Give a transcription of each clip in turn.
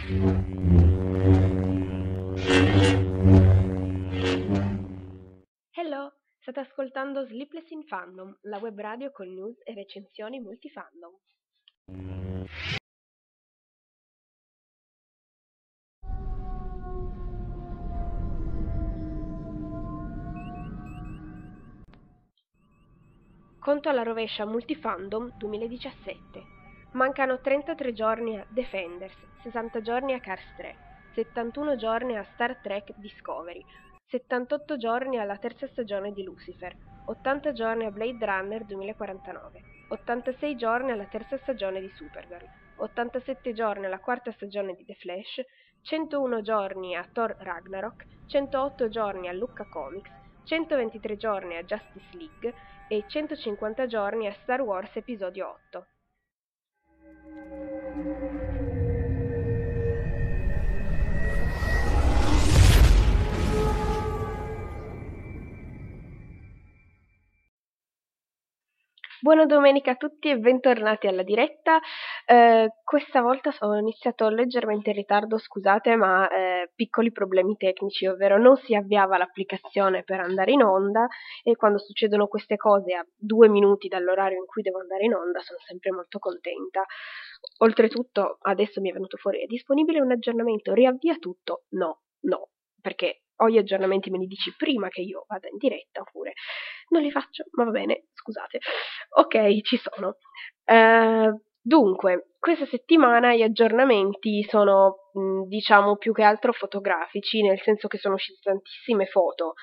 Hello, state ascoltando Sleepless in Fandom, la web radio con news e recensioni multifandom. Conto alla rovescia Multifandom 2017. Mancano 33 giorni a Defenders, 60 giorni a Cars 3, 71 giorni a Star Trek Discovery, 78 giorni alla terza stagione di Lucifer, 80 giorni a Blade Runner 2049, 86 giorni alla terza stagione di Supergirl, 87 giorni alla quarta stagione di The Flash, 101 giorni a Thor Ragnarok, 108 giorni a Lucca Comics, 123 giorni a Justice League e 150 giorni a Star Wars Episodio 8. Buona domenica a tutti e bentornati alla diretta. Questa volta ho iniziato leggermente in ritardo, scusate, ma piccoli problemi tecnici, ovvero non si avviava l'applicazione per andare in onda e quando succedono queste cose a 2 minuti dall'orario in cui devo andare in onda sono sempre molto contenta. Oltretutto adesso mi è venuto fuori, è disponibile un aggiornamento, riavvia tutto? No, perché o gli aggiornamenti me li dici prima che io vada in diretta oppure non li faccio, ma va bene, scusate. Ok, ci sono. Dunque, questa settimana gli aggiornamenti sono, diciamo, più che altro fotografici, nel senso che sono uscite tantissime foto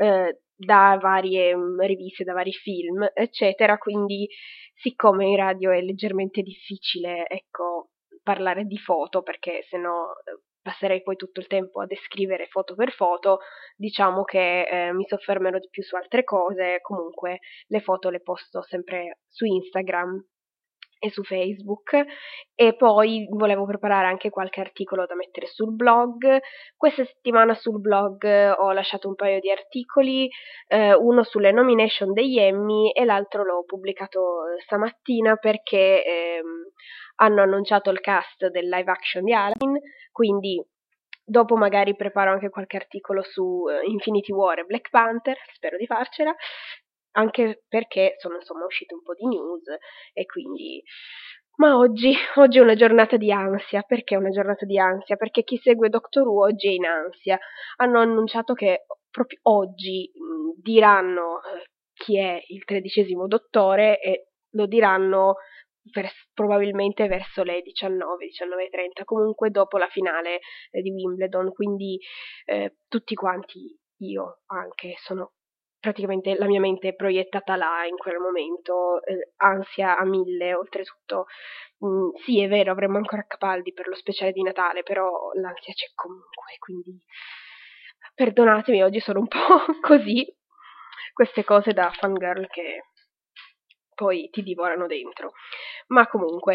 da varie riviste, da vari film, eccetera, quindi siccome in radio è leggermente difficile, ecco, parlare di foto, perché sennò passerei poi tutto il tempo a descrivere foto per foto, diciamo che mi soffermerò di più su altre cose. Comunque le foto le posto sempre su Instagram e su Facebook e poi volevo preparare anche qualche articolo da mettere sul blog. Questa settimana sul blog ho lasciato un paio di articoli, uno sulle nomination degli Emmy e l'altro l'ho pubblicato stamattina perché hanno annunciato il cast del live action di Aladdin, quindi dopo magari preparo anche qualche articolo su Infinity War e Black Panther, spero di farcela, anche perché sono insomma uscite un po' di news e quindi... Ma oggi è una giornata di ansia. Perché è una giornata di ansia? Perché chi segue Doctor Who oggi è in ansia. Hanno annunciato che proprio oggi diranno chi è il 13° dottore e lo diranno probabilmente verso le 19, 19:30, comunque dopo la finale di Wimbledon, quindi tutti quanti, io anche, sono praticamente, la mia mente è proiettata là in quel momento, ansia a 1000, oltretutto sì è vero avremo ancora Capaldi per lo speciale di Natale, però l'ansia c'è comunque, quindi perdonatemi, oggi sono un po' così, queste cose da fangirl che poi ti divorano dentro. Ma comunque,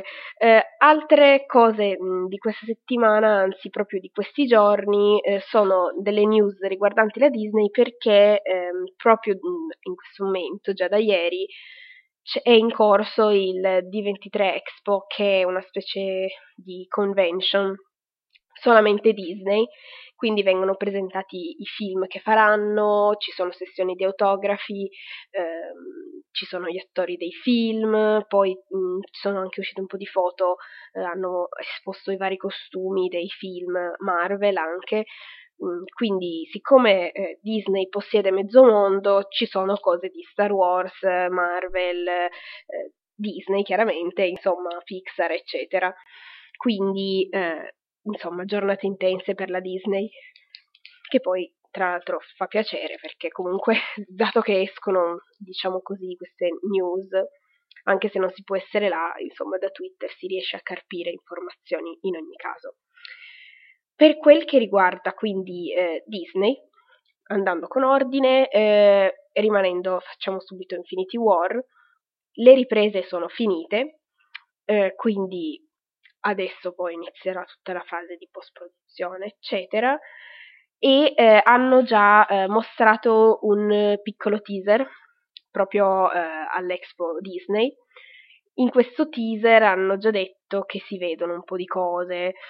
altre cose di questa settimana, anzi proprio di questi giorni, sono delle news riguardanti la Disney perché proprio in questo momento, già da ieri, è in corso il D23 Expo, che è una specie di convention solamente Disney, quindi vengono presentati i film che faranno, ci sono sessioni di autografi, ci sono gli attori dei film, poi ci sono anche uscite un po' di foto, hanno esposto i vari costumi dei film Marvel anche, quindi siccome Disney possiede mezzo mondo, ci sono cose di Star Wars, Marvel, Disney chiaramente, insomma Pixar eccetera. Quindi insomma giornate intense per la Disney, che poi tra l'altro fa piacere perché comunque dato che escono, diciamo così, queste news, anche se non si può essere là, insomma da Twitter si riesce a carpire informazioni in ogni caso. Per quel che riguarda quindi Disney, andando con ordine, rimanendo, facciamo subito Infinity War, le riprese sono finite, quindi adesso poi inizierà tutta la fase di post-produzione, eccetera, e hanno già mostrato un piccolo teaser proprio all'Expo Disney. In questo teaser hanno già detto che si vedono un po' di cose,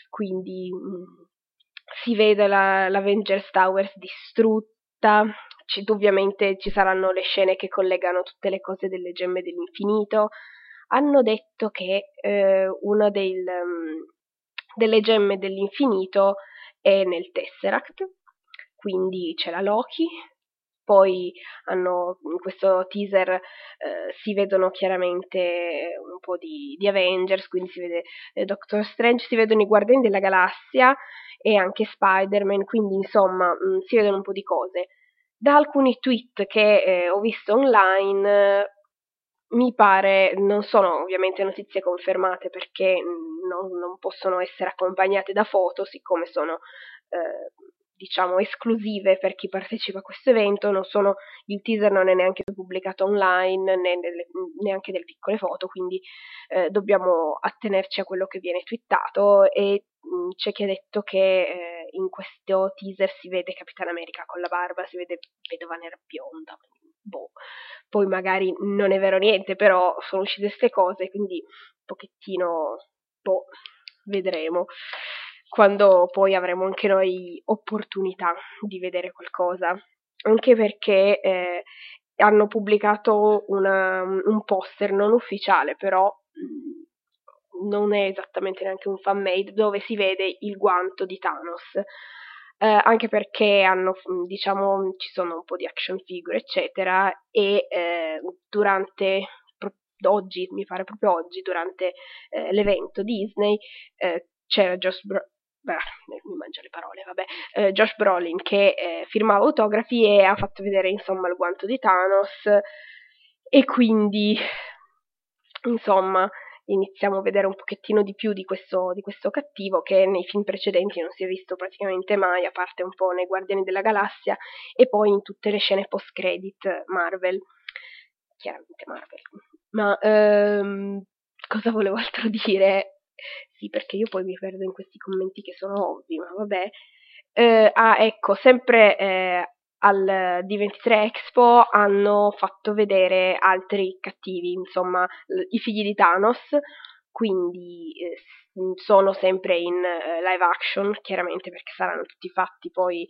quindi si vede l'Avengers Towers distrutta. Ovviamente ci saranno le scene che collegano tutte le cose delle Gemme dell'Infinito. Hanno detto che una delle Gemme dell'Infinito è nel Tesseract, quindi c'è la Loki. Poi in questo teaser si vedono chiaramente un po' di Avengers, quindi si vede Doctor Strange, si vedono i Guardiani della Galassia e anche Spider-Man, quindi insomma si vedono un po' di cose. Da alcuni tweet che ho visto online mi pare, non sono ovviamente notizie confermate perché non possono essere accompagnate da foto, siccome sono diciamo esclusive per chi partecipa a questo evento, il teaser non è neanche pubblicato online neanche delle piccole foto, quindi dobbiamo attenerci a quello che viene twittato e c'è chi ha detto che in questo teaser si vede Capitan America con la barba, si vede vedova nera bionda, boh. Poi magari non è vero niente, però sono uscite queste cose, quindi un pochettino, boh, vedremo. Quando poi avremo anche noi opportunità di vedere qualcosa. Anche perché hanno pubblicato un poster non ufficiale, però non è esattamente neanche un fan made, dove si vede il guanto di Thanos. Anche perché diciamo, ci sono un po' di action figure, eccetera, e oggi, mi pare proprio oggi, durante l'evento Disney, c'era mi mangio le parole, vabbè, Josh Brolin che firmava autografi e ha fatto vedere insomma il guanto di Thanos e quindi insomma iniziamo a vedere un pochettino di più di questo cattivo che nei film precedenti non si è visto praticamente mai, a parte un po' nei Guardiani della Galassia e poi in tutte le scene post-credit Marvel, chiaramente Marvel. Ma cosa volevo altro dire? Sì, perché io poi mi perdo in questi commenti che sono ovvi, ma vabbè. Ecco, sempre al D23 Expo hanno fatto vedere altri cattivi, insomma, i figli di Thanos, quindi sono sempre in live action, chiaramente perché saranno tutti fatti poi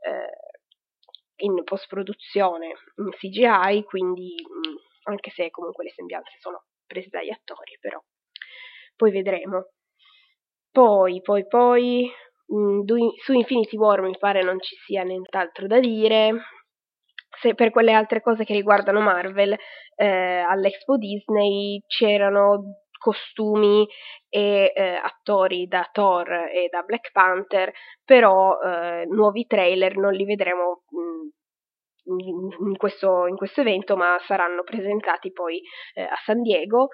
in post-produzione, in CGI, quindi anche se comunque le sembianze sono prese dagli attori, però poi vedremo. Poi su Infinity War mi pare non ci sia nient'altro da dire. Se per quelle altre cose che riguardano Marvel, all'Expo Disney c'erano costumi e attori da Thor e da Black Panther, però nuovi trailer non li vedremo in questo evento, ma saranno presentati poi a San Diego.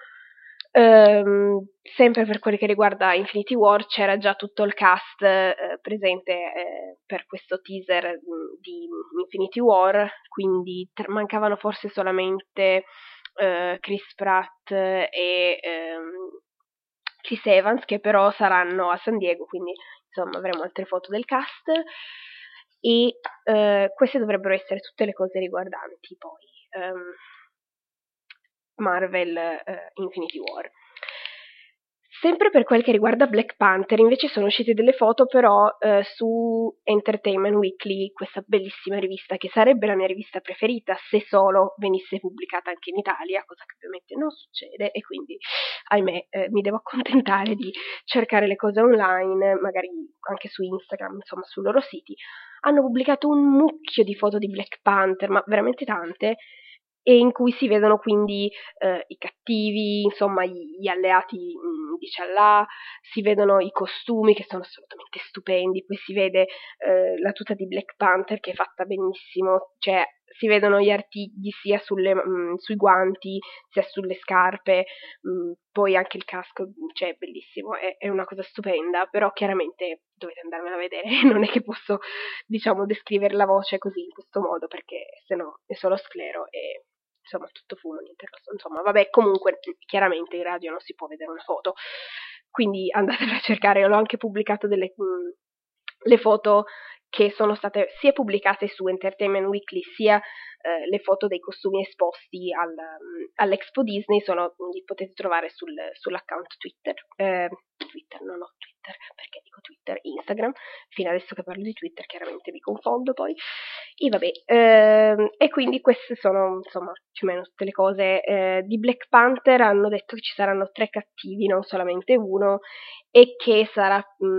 Sempre per quello che riguarda Infinity War c'era già tutto il cast presente per questo teaser di Infinity War, quindi mancavano forse solamente Chris Pratt e Chris Evans, che però saranno a San Diego, quindi insomma avremo altre foto del cast e queste dovrebbero essere tutte le cose riguardanti poi Marvel Infinity War. Sempre per quel che riguarda Black Panther, invece sono uscite delle foto però su Entertainment Weekly, questa bellissima rivista che sarebbe la mia rivista preferita se solo venisse pubblicata anche in Italia, cosa che ovviamente non succede e quindi ahimè mi devo accontentare di cercare le cose online, magari anche su Instagram, insomma sui loro siti. Hanno pubblicato un mucchio di foto di Black Panther, ma veramente tante, e in cui si vedono quindi i cattivi, insomma gli alleati di T'Challa, si vedono i costumi che sono assolutamente stupendi, poi si vede la tuta di Black Panther che è fatta benissimo, cioè si vedono gli artigli sia sui guanti sia sulle scarpe, poi anche il casco, cioè è bellissimo, è una cosa stupenda, però chiaramente dovete andarmela a vedere, non è che posso diciamo descrivere la voce così in questo modo perché sennò è solo sclero e insomma tutto fumo, niente rosso, insomma vabbè, comunque chiaramente in radio non si può vedere una foto, quindi andatela a cercare, l'ho anche pubblicato le foto che sono state sia pubblicate su Entertainment Weekly sia le foto dei costumi esposti all'Expo Disney li potete trovare sull'account Twitter, non ho Twitter, Twitter, perché dico Twitter, Instagram, fino adesso che parlo di Twitter chiaramente mi confondo poi, e vabbè, e quindi queste sono insomma più o meno tutte le cose. Di Black Panther hanno detto che ci saranno 3 cattivi, non solamente uno, e che sarà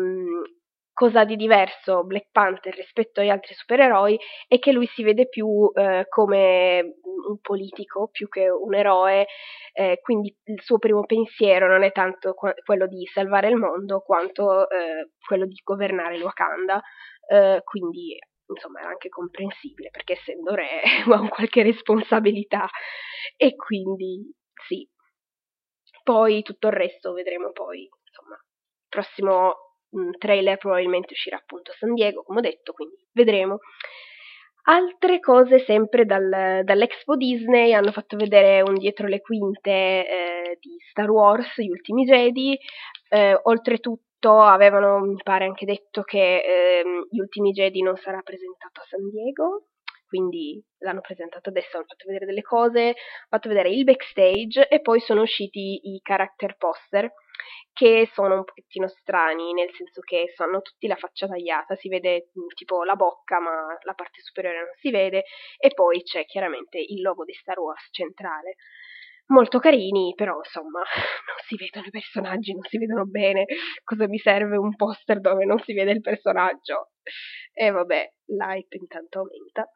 cosa di diverso Black Panther rispetto agli altri supereroi è che lui si vede più come un politico più che un eroe, quindi il suo primo pensiero non è tanto quello di salvare il mondo quanto quello di governare il Wakanda, quindi insomma era anche comprensibile perché essendo re ha un qualche responsabilità e quindi sì. Poi tutto il resto vedremo poi, insomma, il prossimo trailer probabilmente uscirà appunto a San Diego, come ho detto, quindi vedremo. Altre cose sempre dall'Expo Disney hanno fatto vedere un dietro le quinte di Star Wars, Gli Ultimi Jedi, oltretutto avevano, mi pare, anche detto che Gli Ultimi Jedi non sarà presentato a San Diego, quindi l'hanno presentato adesso, hanno fatto vedere delle cose, hanno fatto vedere il backstage e poi sono usciti i character poster che sono un pochettino strani, nel senso che hanno tutti la faccia tagliata, si vede tipo la bocca ma la parte superiore non si vede e poi c'è chiaramente il logo di Star Wars centrale. Molto carini, però insomma non si vedono i personaggi, non si vedono bene, cosa mi serve un poster dove non si vede il personaggio? E vabbè, l'hype intanto aumenta.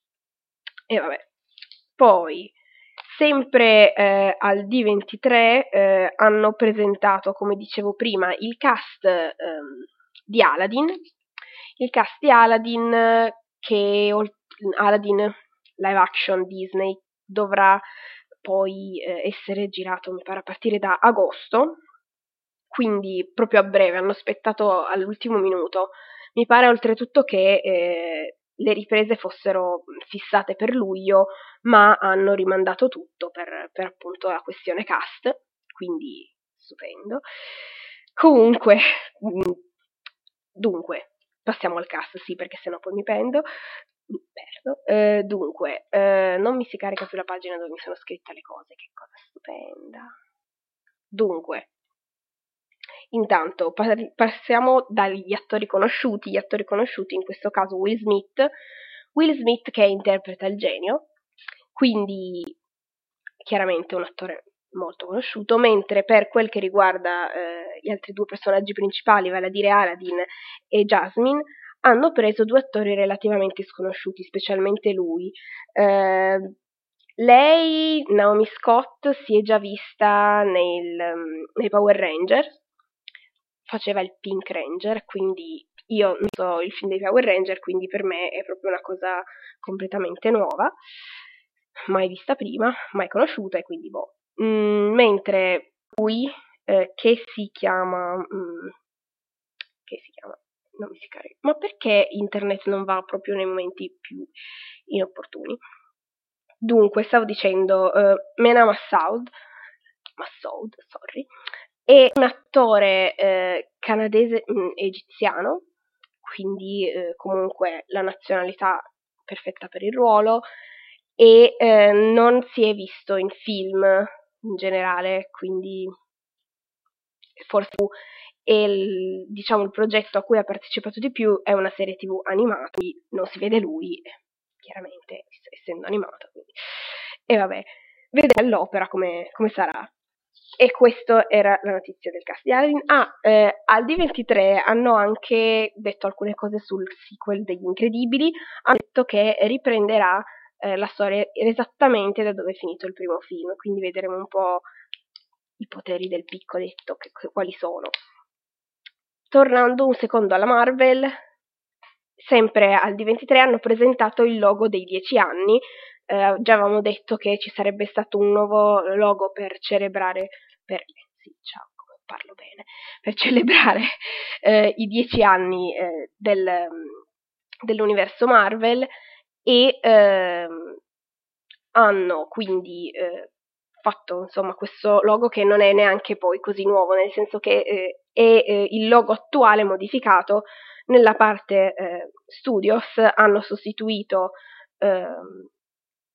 E vabbè, poi sempre al D23 hanno presentato, come dicevo prima, il cast di Aladdin. Il cast di Aladdin che Aladdin live action Disney dovrà poi essere girato, mi pare, a partire da agosto, quindi proprio a breve, hanno aspettato all'ultimo minuto. Mi pare oltretutto che le riprese fossero fissate per luglio, ma hanno rimandato tutto per appunto la questione cast, quindi stupendo. Comunque, dunque, passiamo al cast, sì, perché sennò poi mi perdo. Dunque, non mi si carica più la pagina dove mi sono scritte le cose, che cosa stupenda. Dunque, intanto passiamo dagli attori conosciuti. Gli attori conosciuti in questo caso Will Smith che interpreta il genio, quindi chiaramente un attore molto conosciuto, mentre per quel che riguarda gli altri 2 personaggi principali, vale a dire Aladdin e Jasmine, hanno preso 2 attori relativamente sconosciuti, specialmente lui. Lei, Naomi Scott, si è già vista nei Power Rangers, faceva il Pink Ranger, quindi io non so il film dei Power Ranger, quindi per me è proprio una cosa completamente nuova, mai vista prima, mai conosciuta e quindi boh. Mentre lui, che si chiama, non mi si carica, ma perché internet non va proprio nei momenti più inopportuni? Dunque, stavo dicendo, Mena Massoud, sorry, è un attore canadese egiziano, quindi comunque la nazionalità perfetta per il ruolo e non si è visto in film in generale, quindi forse diciamo il progetto a cui ha partecipato di più è una serie TV animata, quindi non si vede lui, chiaramente essendo animata, quindi. E vabbè, vedere all'opera come sarà. E questa era la notizia del cast di Aladdin. Al D23 hanno anche detto alcune cose sul sequel degli Incredibili, hanno detto che riprenderà la storia esattamente da dove è finito il primo film, quindi vedremo un po' i poteri del piccoletto, quali sono. Tornando un secondo alla Marvel, sempre al D23 hanno presentato il logo dei 10 anni, già avevamo detto che ci sarebbe stato un nuovo logo per celebrare, per celebrare i 10 anni dell'universo Marvel e hanno quindi fatto insomma questo logo che non è neanche poi così nuovo, nel senso che è il logo attuale modificato. Nella parte Studios hanno sostituito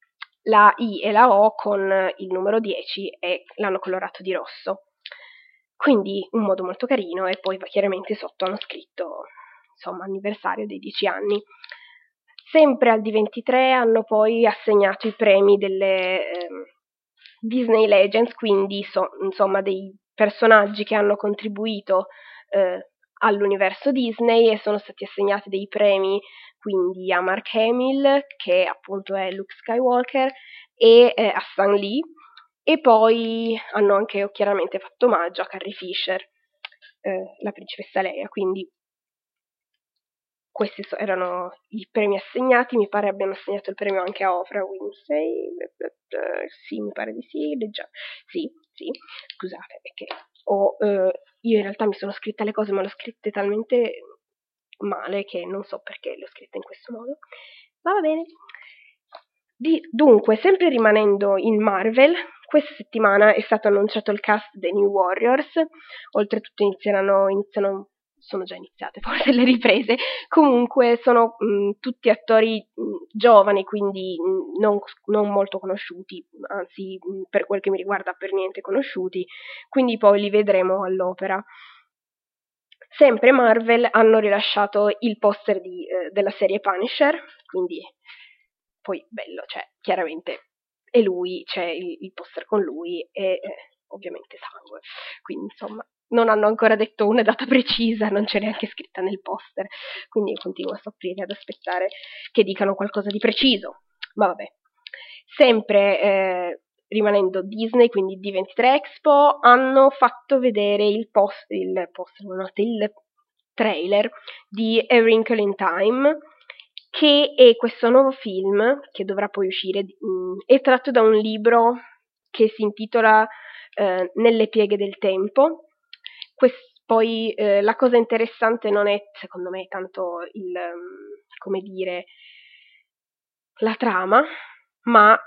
la I e la O con il numero 10 e l'hanno colorato di rosso. Quindi un modo molto carino, e poi chiaramente sotto hanno scritto, insomma, anniversario dei 10 anni. Sempre al D23 hanno poi assegnato i premi delle Disney Legends, quindi insomma dei personaggi che hanno contribuito all'universo Disney, e sono stati assegnati dei premi quindi a Mark Hamill, che appunto è Luke Skywalker, e a Stan Lee, e poi hanno anche chiaramente fatto omaggio a Carrie Fisher, la principessa Leia, quindi questi erano i premi assegnati. Mi pare abbiano assegnato il premio anche a Oprah Winfrey, sì, mi pare di sì, sì, scusate, perché io in realtà mi sono scritta le cose, ma le ho scritte talmente male che non so perché le ho scritte in questo modo, ma va bene. Dunque, sempre rimanendo in Marvel, questa settimana è stato annunciato il cast dei New Warriors. Oltretutto sono già iniziate forse le riprese. Comunque sono tutti attori giovani, quindi non molto conosciuti, anzi per quel che mi riguarda per niente conosciuti, quindi poi li vedremo all'opera. Sempre Marvel hanno rilasciato il poster della serie Punisher, quindi poi bello, cioè chiaramente è lui, c'è il poster con lui e ovviamente sangue, quindi insomma non hanno ancora detto una data precisa, non c'è neanche scritta nel poster, quindi io continuo a soffrire, ad aspettare che dicano qualcosa di preciso, ma vabbè. Sempre rimanendo Disney, quindi D23 Expo, hanno fatto vedere il trailer di A Wrinkle in Time, che è questo nuovo film che dovrà poi uscire, è tratto da un libro che si intitola Nelle pieghe del tempo. Poi la cosa interessante non è, secondo me, tanto come dire, la trama, ma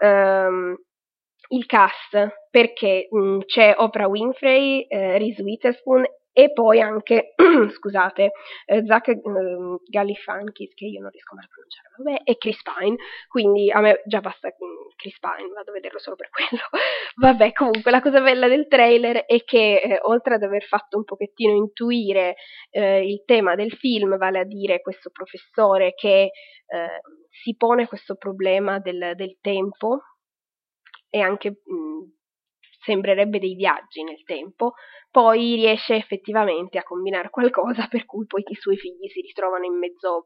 il cast, perché c'è Oprah Winfrey, Reese Witherspoon e poi anche, scusate, Zach Galifianakis, che io non riesco mai a pronunciare, vabbè, e Chris Pine, quindi a me già basta Chris Pine, vado a vederlo solo per quello. Vabbè, comunque la cosa bella del trailer è che oltre ad aver fatto un pochettino intuire il tema del film, vale a dire questo professore che si pone questo problema del tempo, e anche sembrerebbe dei viaggi nel tempo, poi riesce effettivamente a combinare qualcosa per cui poi i suoi figli si ritrovano in mezzo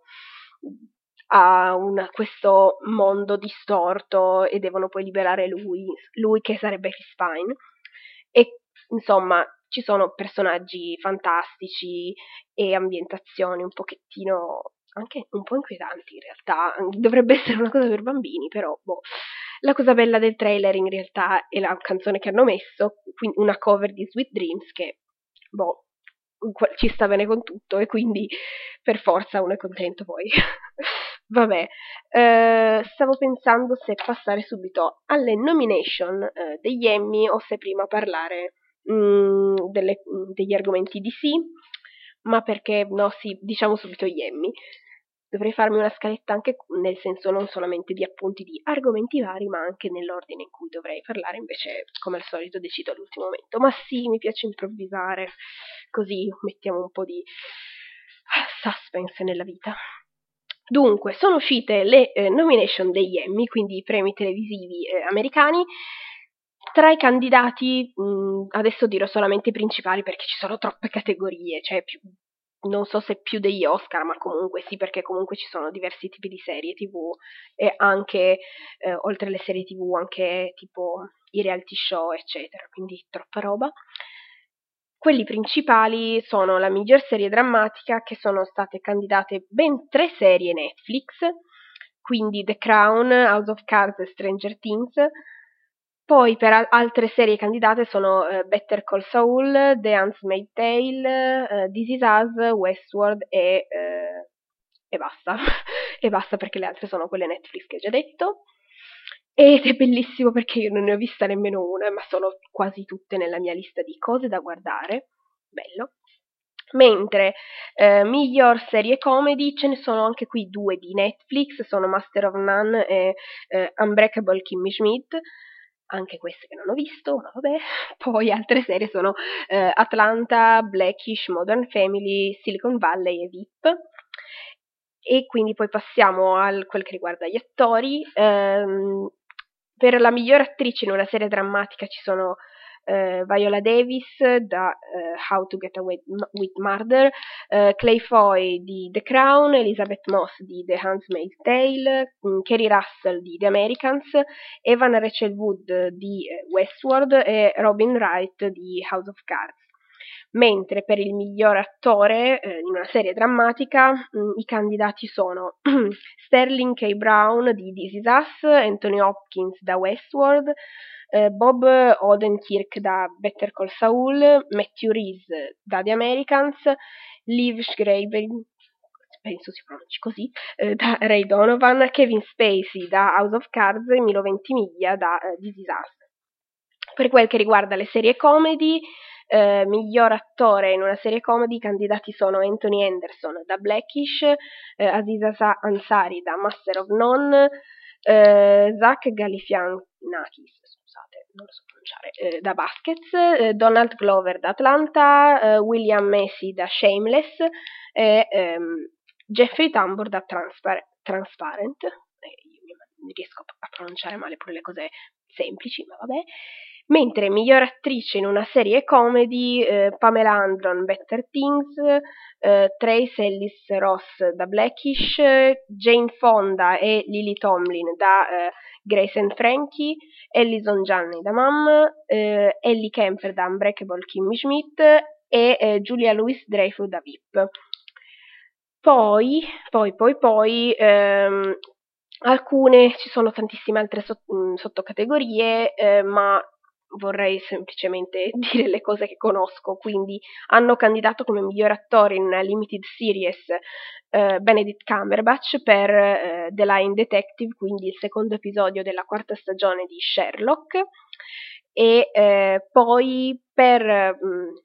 a questo mondo distorto e devono poi liberare lui che sarebbe Chris Pine. E insomma ci sono personaggi fantastici e ambientazioni un pochettino anche un po' inquietanti in realtà, dovrebbe essere una cosa per bambini, però boh. La cosa bella del trailer in realtà è la canzone che hanno messo, quindi una cover di Sweet Dreams che boh, ci sta bene con tutto, e quindi per forza uno è contento poi. Vabbè, stavo pensando se passare subito alle nomination degli Emmy o se prima parlare degli argomenti di sì, ma perché no, sì, diciamo subito gli Emmy. Dovrei farmi una scaletta anche nel senso non solamente di appunti di argomenti vari, ma anche nell'ordine in cui dovrei parlare, invece come al solito decido all'ultimo momento. Ma sì, mi piace improvvisare, così mettiamo un po' di suspense nella vita. Dunque, sono uscite le nomination degli Emmy, quindi i premi televisivi americani. Tra i candidati, adesso dirò solamente i principali perché ci sono troppe categorie, cioè non so se più degli Oscar, ma comunque sì, perché comunque ci sono diversi tipi di serie TV e anche, oltre alle serie TV, anche tipo i reality show, eccetera, quindi troppa roba. Quelli principali sono la miglior serie drammatica, che sono state candidate ben 3 serie Netflix, quindi The Crown, House of Cards e Stranger Things. Poi per altre serie candidate sono Better Call Saul, The Handmaid's Tale, This Is Us, Westworld e basta. E basta perché le altre sono quelle Netflix che ho già detto. Ed è bellissimo perché io non ne ho vista nemmeno una, ma sono quasi tutte nella mia lista di cose da guardare. Bello. Mentre miglior serie comedy ce ne sono anche qui 2 di Netflix, sono Master of None e Unbreakable Kimmy Schmidt. anche queste che non ho visto, ma vabbè. Poi altre serie sono Atlanta, Blackish, Modern Family, Silicon Valley e VIP. E quindi poi passiamo a quel che riguarda gli attori. Per la miglior attrice in una serie drammatica ci sono Viola Davis da How to Get Away with Murder, Clay Foy di The Crown, Elizabeth Moss di The Handmaid's Tale, Kerry Russell di The Americans, Evan Rachel Wood di Westworld e Robin Wright di House of Cards. Mentre per il miglior attore in una serie drammatica i candidati sono Sterling K. Brown di This Is Us, Anthony Hopkins da Westworld, Bob Odenkirk da Better Call Saul, Matthew Rhys da The Americans, Liv Schreiber, penso si pronunci così, da Ray Donovan, Kevin Spacey da House of Cards e Milo Ventimiglia da This Is Us. Per quel che riguarda le serie comedy, miglior attore in una serie comedy, i candidati sono Anthony Anderson da Blackish, Aziz Ansari da Master of None, Zach Galifianakis, scusate, non lo so pronunciare, da Baskets, Donald Glover da Atlanta, William Macy da Shameless e Jeffrey Tambor da Transparent. Io riesco a pronunciare male pure le cose semplici, ma vabbè. Mentre miglior attrice in una serie comedy, Pamela Andron, Better Things, Trace Ellis Ross da Blackish, Jane Fonda e Lily Tomlin da Grace and Frankie, Ellison Janney da Mom, Ellie Kemper da Unbreakable Kimmy Schmidt e Julia Louis-Dreyfus da VIP. Poi alcune, ci sono tantissime altre sottocategorie, ma vorrei semplicemente dire le cose che conosco. Quindi hanno candidato come miglior attore in una limited series Benedict Cumberbatch per The Line Detective, quindi il secondo episodio della quarta stagione di Sherlock, e poi per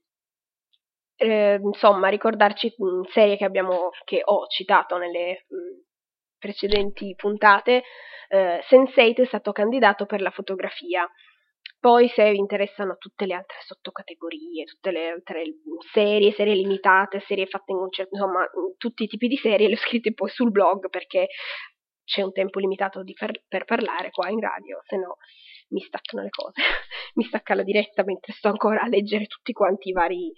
insomma ricordarci serie che ho citato nelle precedenti puntate, Sense8 è stato candidato per la fotografia. Poi se vi interessano tutte le altre sottocategorie, tutte le altre serie limitate, serie fatte in concerto, insomma tutti i tipi di serie le ho scritte poi sul blog, perché c'è un tempo limitato per parlare qua in radio, se no mi staccano le cose, mi stacca la diretta mentre sto ancora a leggere tutti quanti i vari,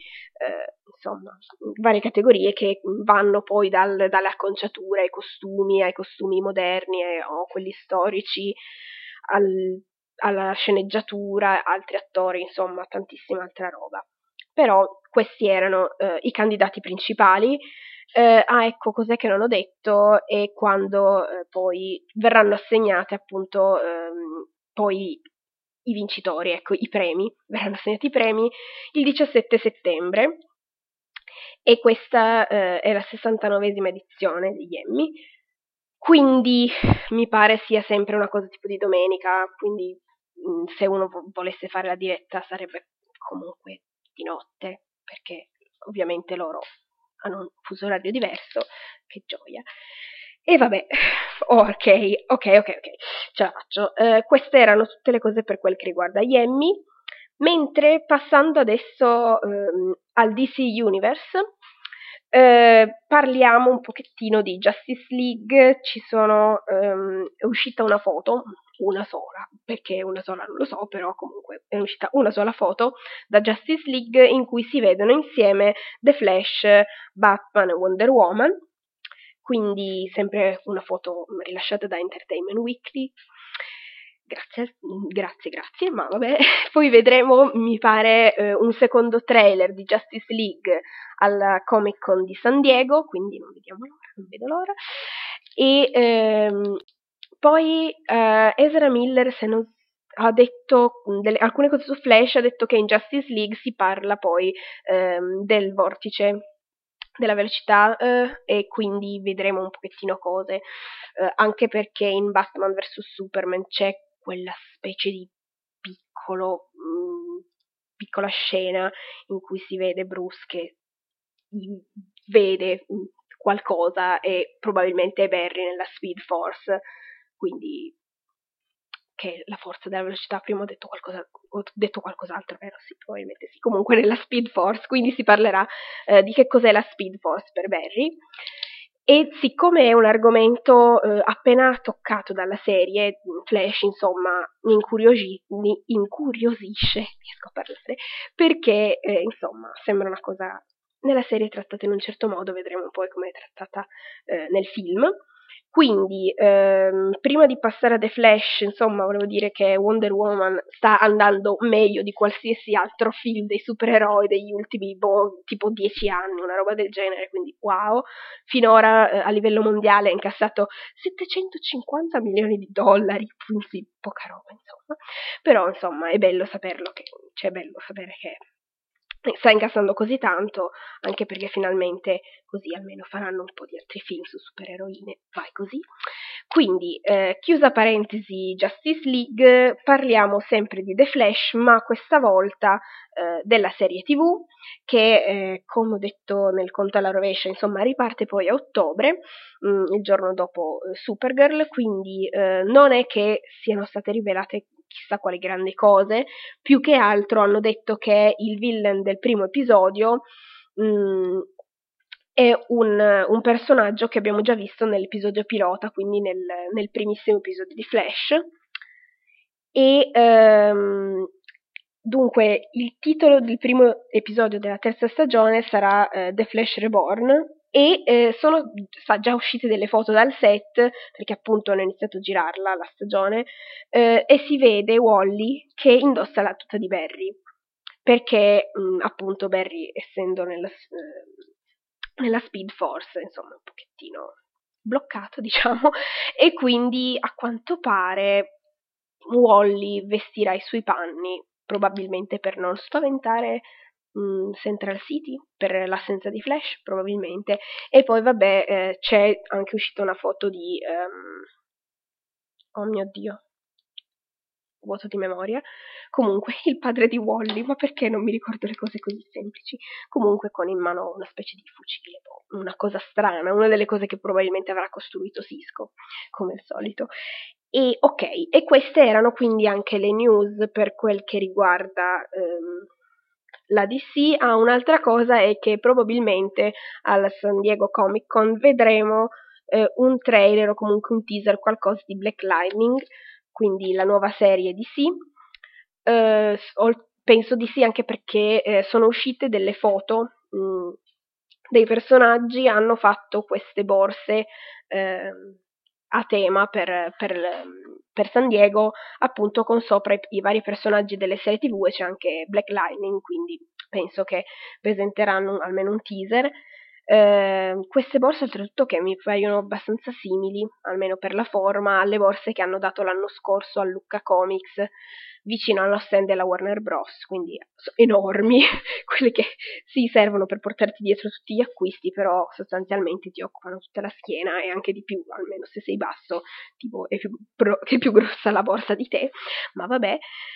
varie categorie che vanno poi dalle acconciature ai costumi moderni o quelli storici, alla sceneggiatura, altri attori, insomma tantissima altra roba. Però questi erano i candidati principali. Ecco, cos'è che non ho detto, e quando poi verranno assegnate appunto poi i vincitori, ecco, verranno assegnati i premi il 17 settembre, e questa è la 69esima edizione degli Emmy, quindi mi pare sia sempre una cosa tipo di domenica, quindi se uno volesse fare la diretta sarebbe comunque di notte, perché ovviamente loro hanno un fuso orario diverso. Che gioia. E vabbè, ok, ce la faccio. Queste erano tutte le cose per quel che riguarda gli Emmy, mentre passando adesso al DC Universe, parliamo un pochettino di Justice League. È uscita una foto, una sola, perché una sola non lo so, però comunque è uscita una sola foto da Justice League in cui si vedono insieme The Flash, Batman e Wonder Woman, quindi sempre una foto rilasciata da Entertainment Weekly. Grazie, ma vabbè. Poi vedremo, mi pare, un secondo trailer di Justice League alla Comic Con di San Diego, quindi non vedo l'ora. E poi Ezra Miller ha detto alcune cose su Flash, ha detto che in Justice League si parla poi del vortice della velocità, e quindi vedremo un pochettino cose, anche perché in Batman vs Superman c'è quella specie di piccola scena in cui si vede Bruce che vede qualcosa, e probabilmente è Barry nella Speed Force, quindi che è la forza della velocità. Prima ho detto qualcos'altro, vero? Sì, probabilmente sì. Comunque nella Speed Force, quindi si parlerà di che cos'è la Speed Force per Barry. E siccome è un argomento appena toccato dalla serie, Flash insomma mi incuriosisce, riesco a parlare, perché insomma sembra una cosa nella serie trattata in un certo modo, vedremo poi come è trattata nel film. Quindi, prima di passare a The Flash, insomma, volevo dire che Wonder Woman sta andando meglio di qualsiasi altro film dei supereroi degli ultimi, tipo 10 anni, una roba del genere, quindi wow. Finora a livello mondiale ha incassato 750 milioni di dollari, quindi poca roba, insomma. Però, insomma, è bello saperlo, cioè è bello sapere che sta incassando così tanto, anche perché finalmente così almeno faranno un po' di altri film su supereroine, vai così. Quindi, chiusa parentesi Justice League, parliamo sempre di The Flash, ma questa volta della serie TV, che come ho detto nel conto alla rovescia, insomma, riparte poi a ottobre, il giorno dopo Supergirl, quindi non è che siano state rivelate chissà quali grandi cose, più che altro hanno detto che il villain del primo episodio è un personaggio che abbiamo già visto nell'episodio pilota, quindi nel primissimo episodio di Flash. E dunque il titolo del primo episodio della terza stagione sarà The Flash Reborn, e sono già uscite delle foto dal set, perché appunto hanno iniziato a girarla la stagione, e si vede Wally che indossa la tuta di Barry, perché appunto Barry, essendo nella Speed Force, insomma un pochettino bloccato, diciamo, e quindi a quanto pare Wally vestirà i suoi panni, probabilmente per non spaventare Central City, per l'assenza di Flash, probabilmente. E poi vabbè, c'è anche uscita una foto di oh mio Dio, vuoto di memoria. Comunque il padre di Wally, ma perché non mi ricordo le cose così semplici? Comunque con in mano una specie di fucile, una cosa strana, una delle cose che probabilmente avrà costruito Cisco, come al solito. E ok, e queste erano quindi anche le news per quel che riguarda la DC. Un'altra cosa è che probabilmente alla San Diego Comic Con vedremo un trailer o comunque un teaser, qualcosa di Black Lightning, quindi la nuova serie DC. Penso di sì, anche perché sono uscite delle foto dei personaggi, hanno fatto queste borse a tema per San Diego, appunto con sopra i vari personaggi delle serie TV, e c'è anche Black Lightning, quindi penso che presenteranno almeno un teaser. Queste borse oltretutto che mi paiono abbastanza simili, almeno per la forma, alle borse che hanno dato l'anno scorso a Lucca Comics vicino allo stand della Warner Bros, quindi enormi, quelle che si servono per portarti dietro tutti gli acquisti, però sostanzialmente ti occupano tutta la schiena e anche di più, almeno se sei basso, tipo è più grossa la borsa di te, ma vabbè.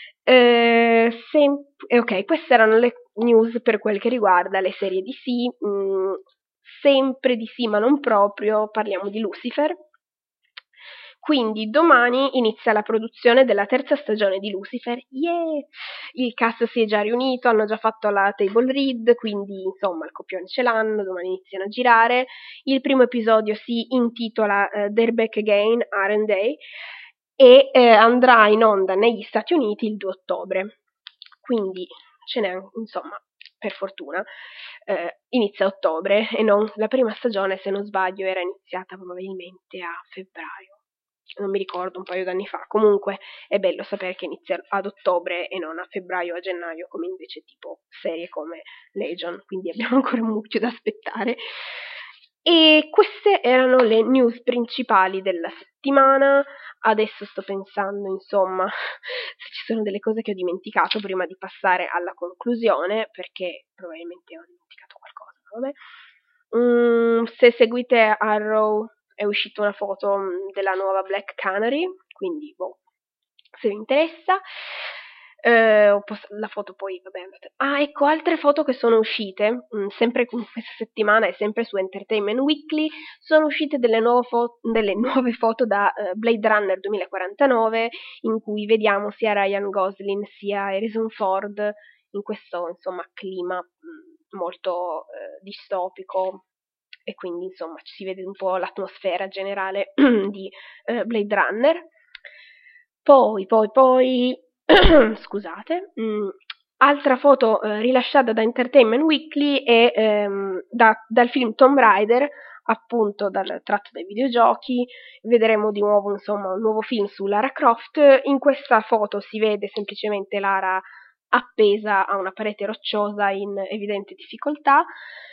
Ok, queste erano le news per quel che riguarda le serie DC. Sempre DC ma non proprio, parliamo di Lucifer. Quindi domani inizia la produzione della terza stagione di Lucifer. Yeah! Il cast si è già riunito, hanno già fatto la table read, quindi insomma il copione ce l'hanno, domani iniziano a girare. Il primo episodio si intitola They're Back Again, Aren't They? E andrà in onda negli Stati Uniti il 2 ottobre. Quindi ce n'è, insomma, per fortuna, inizia a ottobre, e non la prima stagione, se non sbaglio, era iniziata probabilmente a febbraio. Non mi ricordo, un paio d'anni fa. Comunque è bello sapere che inizia ad ottobre e non a febbraio o a gennaio, come invece tipo serie come Legion, quindi abbiamo ancora un mucchio da aspettare. E queste erano le news principali della settimana. Adesso sto pensando, insomma, se ci sono delle cose che ho dimenticato prima di passare alla conclusione, perché probabilmente ho dimenticato qualcosa, vabbè. Se seguite Arrow è uscita una foto della nuova Black Canary, quindi se vi interessa. La foto poi, vabbè. Ecco, altre foto che sono uscite, sempre questa settimana e sempre su Entertainment Weekly, sono uscite delle nuove foto da Blade Runner 2049, in cui vediamo sia Ryan Gosling sia Harrison Ford in questo, insomma, clima molto distopico, e quindi, insomma, ci si vede un po' l'atmosfera generale di Blade Runner. Poi scusate, altra foto rilasciata da Entertainment Weekly è dal film Tomb Raider, appunto tratto dai videogiochi. Vedremo di nuovo, insomma, un nuovo film su Lara Croft. In questa foto si vede semplicemente Lara appesa a una parete rocciosa in evidente difficoltà,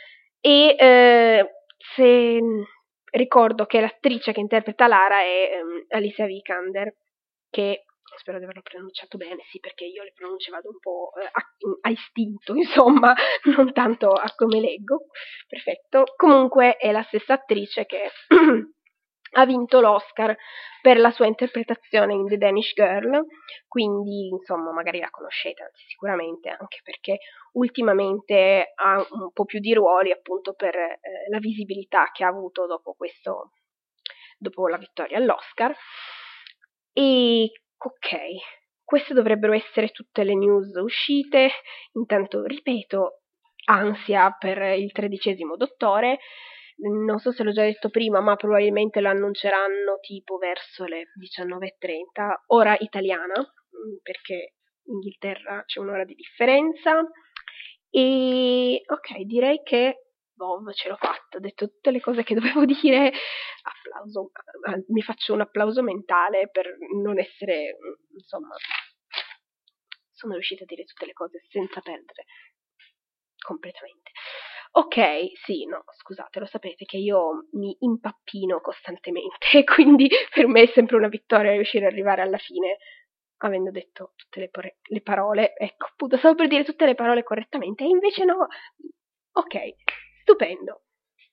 e se ricordo che l'attrice che interpreta Lara è Alicia Vikander, che spero di averlo pronunciato bene, sì, perché io le pronunce vado un po' a istinto, insomma, non tanto a come leggo. Perfetto. Comunque è la stessa attrice che ha vinto l'Oscar per la sua interpretazione in The Danish Girl, quindi, insomma, magari la conoscete, anzi sicuramente, anche perché ultimamente ha un po' più di ruoli, appunto, per la visibilità che ha avuto dopo la vittoria all'Oscar. E ok, queste dovrebbero essere tutte le news uscite. Intanto, ripeto, ansia per il 13° dottore. Non so se l'ho già detto prima, ma probabilmente lo annunceranno tipo verso le 19:30, ora italiana, perché in Inghilterra c'è un'ora di differenza. E ok, direi che ce l'ho fatta, ho detto tutte le cose che dovevo dire. Applauso, mi faccio un applauso mentale per non essere, insomma, sono riuscita a dire tutte le cose senza perdere completamente. Ok, sì, no, scusate, lo sapete che io mi impappino costantemente, quindi per me è sempre una vittoria riuscire ad arrivare alla fine avendo detto tutte le parole. Ecco, appunto, stavo per dire tutte le parole correttamente, e invece no. Ok, stupendo.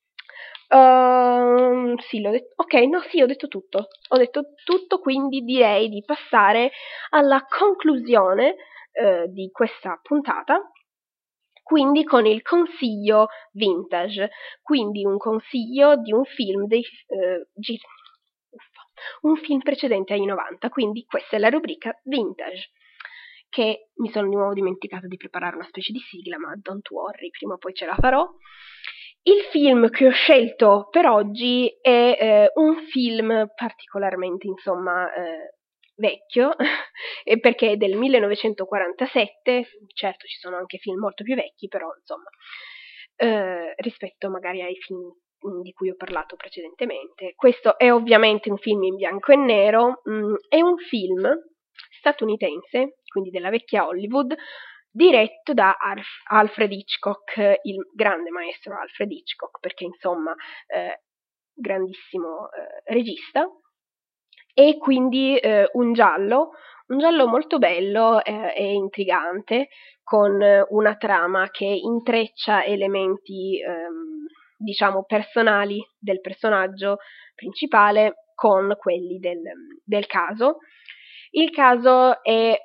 Sì, l'ho detto. Ok, no, sì, ho detto tutto. Ho detto tutto, quindi direi di passare alla conclusione di questa puntata. Quindi con il consiglio vintage, quindi un consiglio di un film un film precedente agli 90, quindi questa è la rubrica vintage, che mi sono di nuovo dimenticata di preparare una specie di sigla, ma don't worry, prima o poi ce la farò. Il film che ho scelto per oggi è un film particolarmente, insomma, vecchio, perché è del 1947, certo ci sono anche film molto più vecchi, però insomma, rispetto magari ai film di cui ho parlato precedentemente. Questo è ovviamente un film in bianco e nero, è un film statunitense, quindi della vecchia Hollywood, diretto da Alfred Hitchcock, il grande maestro Alfred Hitchcock, perché insomma, grandissimo regista. E quindi un giallo molto bello e intrigante, con una trama che intreccia elementi, diciamo, personali del personaggio principale con quelli del caso. Il caso è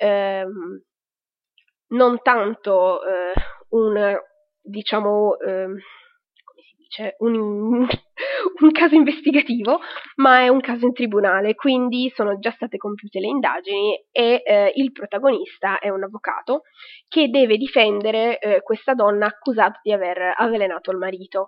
non tanto un, diciamo, come si dice, un caso investigativo, ma è un caso in tribunale, quindi sono già state compiute le indagini e il protagonista è un avvocato che deve difendere questa donna accusata di aver avvelenato il marito.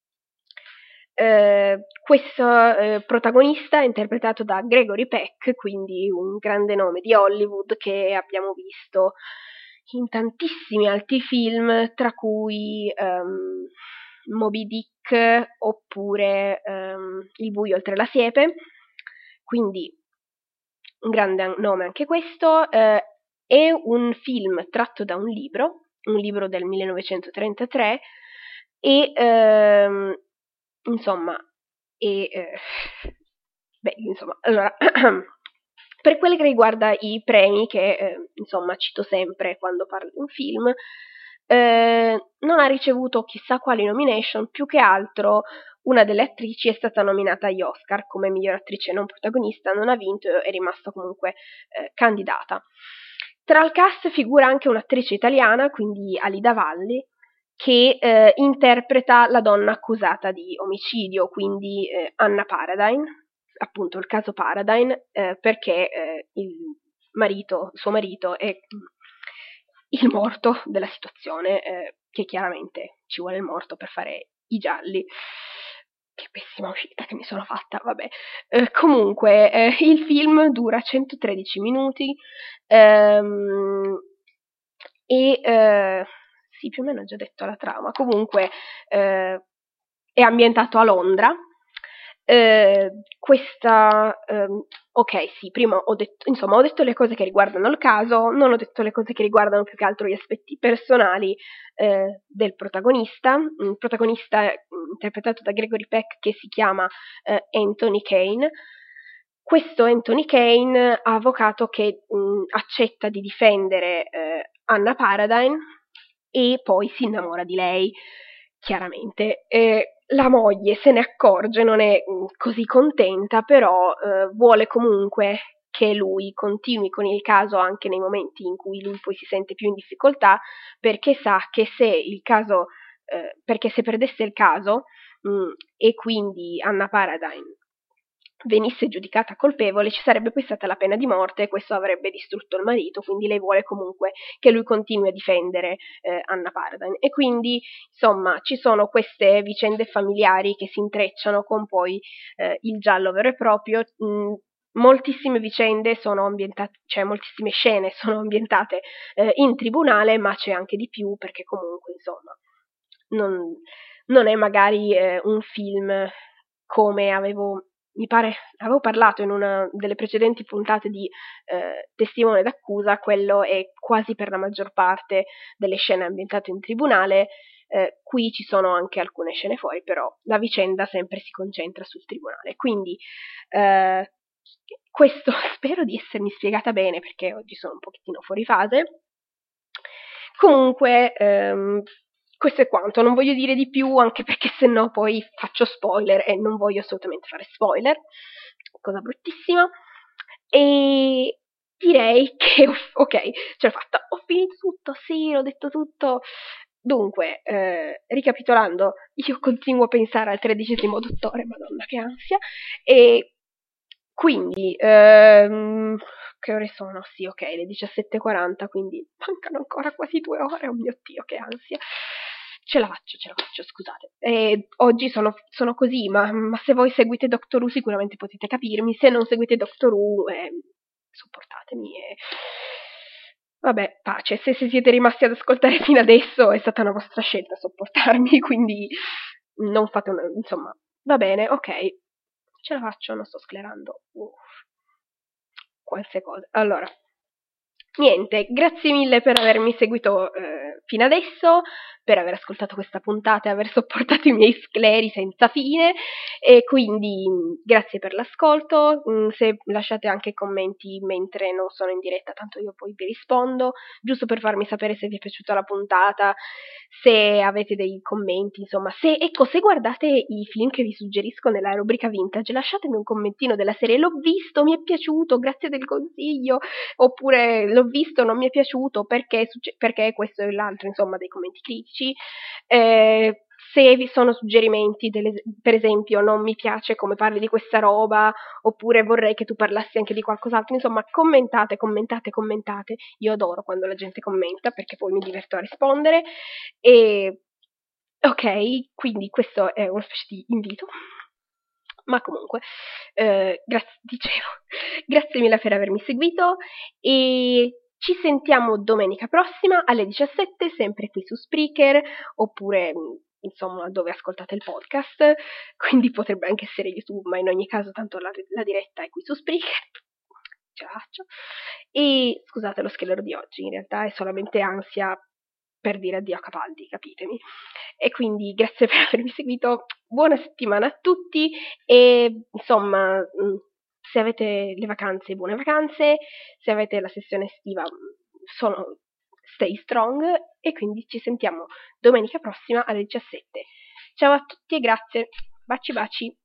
Questo protagonista è interpretato da Gregory Peck, quindi un grande nome di Hollywood che abbiamo visto in tantissimi altri film, tra cui Moby Dick oppure Il buio oltre la siepe, quindi un grande nome anche questo. È un film tratto da un libro del 1933, e insomma, insomma, allora, per quel che riguarda i premi, che insomma cito sempre quando parlo di un film, non ha ricevuto chissà quali nomination, più che altro una delle attrici è stata nominata agli Oscar come miglior attrice non protagonista, non ha vinto, è rimasta comunque candidata. Tra il cast figura anche un'attrice italiana, quindi Alida Valli, che interpreta la donna accusata di omicidio, quindi Anna Paradine, appunto il caso Paradine, perché suo marito è il morto della situazione, che chiaramente ci vuole il morto per fare i gialli. Che pessima uscita che mi sono fatta, vabbè. Comunque, il film dura 113 minuti, e sì, più o meno ho già detto la trama. Comunque, è ambientato a Londra. Ok, sì, prima ho detto le cose che riguardano il caso, non ho detto le cose che riguardano più che altro gli aspetti personali del protagonista. Il protagonista è interpretato da Gregory Peck, che si chiama Anthony Kane. Questo Anthony Kane ha avvocato che accetta di difendere Anna Paradine e poi si innamora di lei, chiaramente. La moglie se ne accorge, non è così contenta, però vuole comunque che lui continui con il caso anche nei momenti in cui lui poi si sente più in difficoltà, perché sa che perché se perdesse il caso e quindi Anna Paradine venisse giudicata colpevole, ci sarebbe poi stata la pena di morte e questo avrebbe distrutto il marito, quindi lei vuole comunque che lui continui a difendere Anna Paradine. E quindi, insomma, ci sono queste vicende familiari che si intrecciano con poi il giallo vero e proprio. Moltissime vicende sono ambientate, cioè moltissime scene sono ambientate in tribunale, ma c'è anche di più, perché comunque, insomma, non è magari un film come mi pare, avevo parlato in una delle precedenti puntate di Testimone d'accusa. Quello è quasi per la maggior parte delle scene ambientate in tribunale. Qui ci sono anche alcune scene fuori, però la vicenda sempre si concentra sul tribunale. Quindi questo spero di essermi spiegata bene, perché oggi sono un pochettino fuori fase. Comunque, questo è quanto, non voglio dire di più, anche perché sennò poi faccio spoiler e non voglio assolutamente fare spoiler, cosa bruttissima. E direi che, ok, ce l'ho fatta, ho finito tutto, sì, ho detto tutto. Dunque, ricapitolando, io continuo a pensare al 13° dottore, madonna che ansia, e quindi, che ore sono? Sì, ok, le 17:40, quindi mancano ancora quasi 2 ore, oh mio Dio, che ansia. Ce la faccio, scusate. Oggi sono così, ma se voi seguite Doctor Who sicuramente potete capirmi, se non seguite Doctor Who, sopportatemi. Vabbè, pace, se siete rimasti ad ascoltare fino adesso è stata una vostra scelta sopportarmi, quindi non fate insomma, va bene, ok, ce la faccio, non sto sclerando. Qualsiasi cosa. Allora, niente, grazie mille per avermi seguito fino adesso, per aver ascoltato questa puntata e aver sopportato i miei scleri senza fine, e quindi grazie per l'ascolto. Se lasciate anche commenti mentre non sono in diretta, tanto io poi vi rispondo, giusto per farmi sapere se vi è piaciuta la puntata, se avete dei commenti, insomma, se guardate i film che vi suggerisco nella rubrica vintage, lasciatemi un commentino della serie: l'ho visto, mi è piaciuto, grazie del consiglio, oppure l'ho visto, non mi è piaciuto, perché questo e l'altro, insomma, dei commenti critici. Se vi sono suggerimenti, per esempio, non mi piace come parli di questa roba, oppure vorrei che tu parlassi anche di qualcos'altro, insomma, commentate. Io adoro quando la gente commenta, perché poi mi diverto a rispondere. E ok, quindi questo è una specie di invito. Ma comunque, grazie mille per avermi seguito e ci sentiamo domenica prossima alle 17, sempre qui su Spreaker, oppure insomma dove ascoltate il podcast, quindi potrebbe anche essere YouTube, ma in ogni caso tanto la diretta è qui su Spreaker. Ce la faccio. E scusate lo sclero di oggi, in realtà è solamente ansia per dire addio a Capaldi, capitemi. E quindi grazie per avermi seguito, buona settimana a tutti e insomma, se avete le vacanze, buone vacanze, se avete la sessione estiva, stay strong, e quindi ci sentiamo domenica prossima alle 17. Ciao a tutti e grazie, baci baci.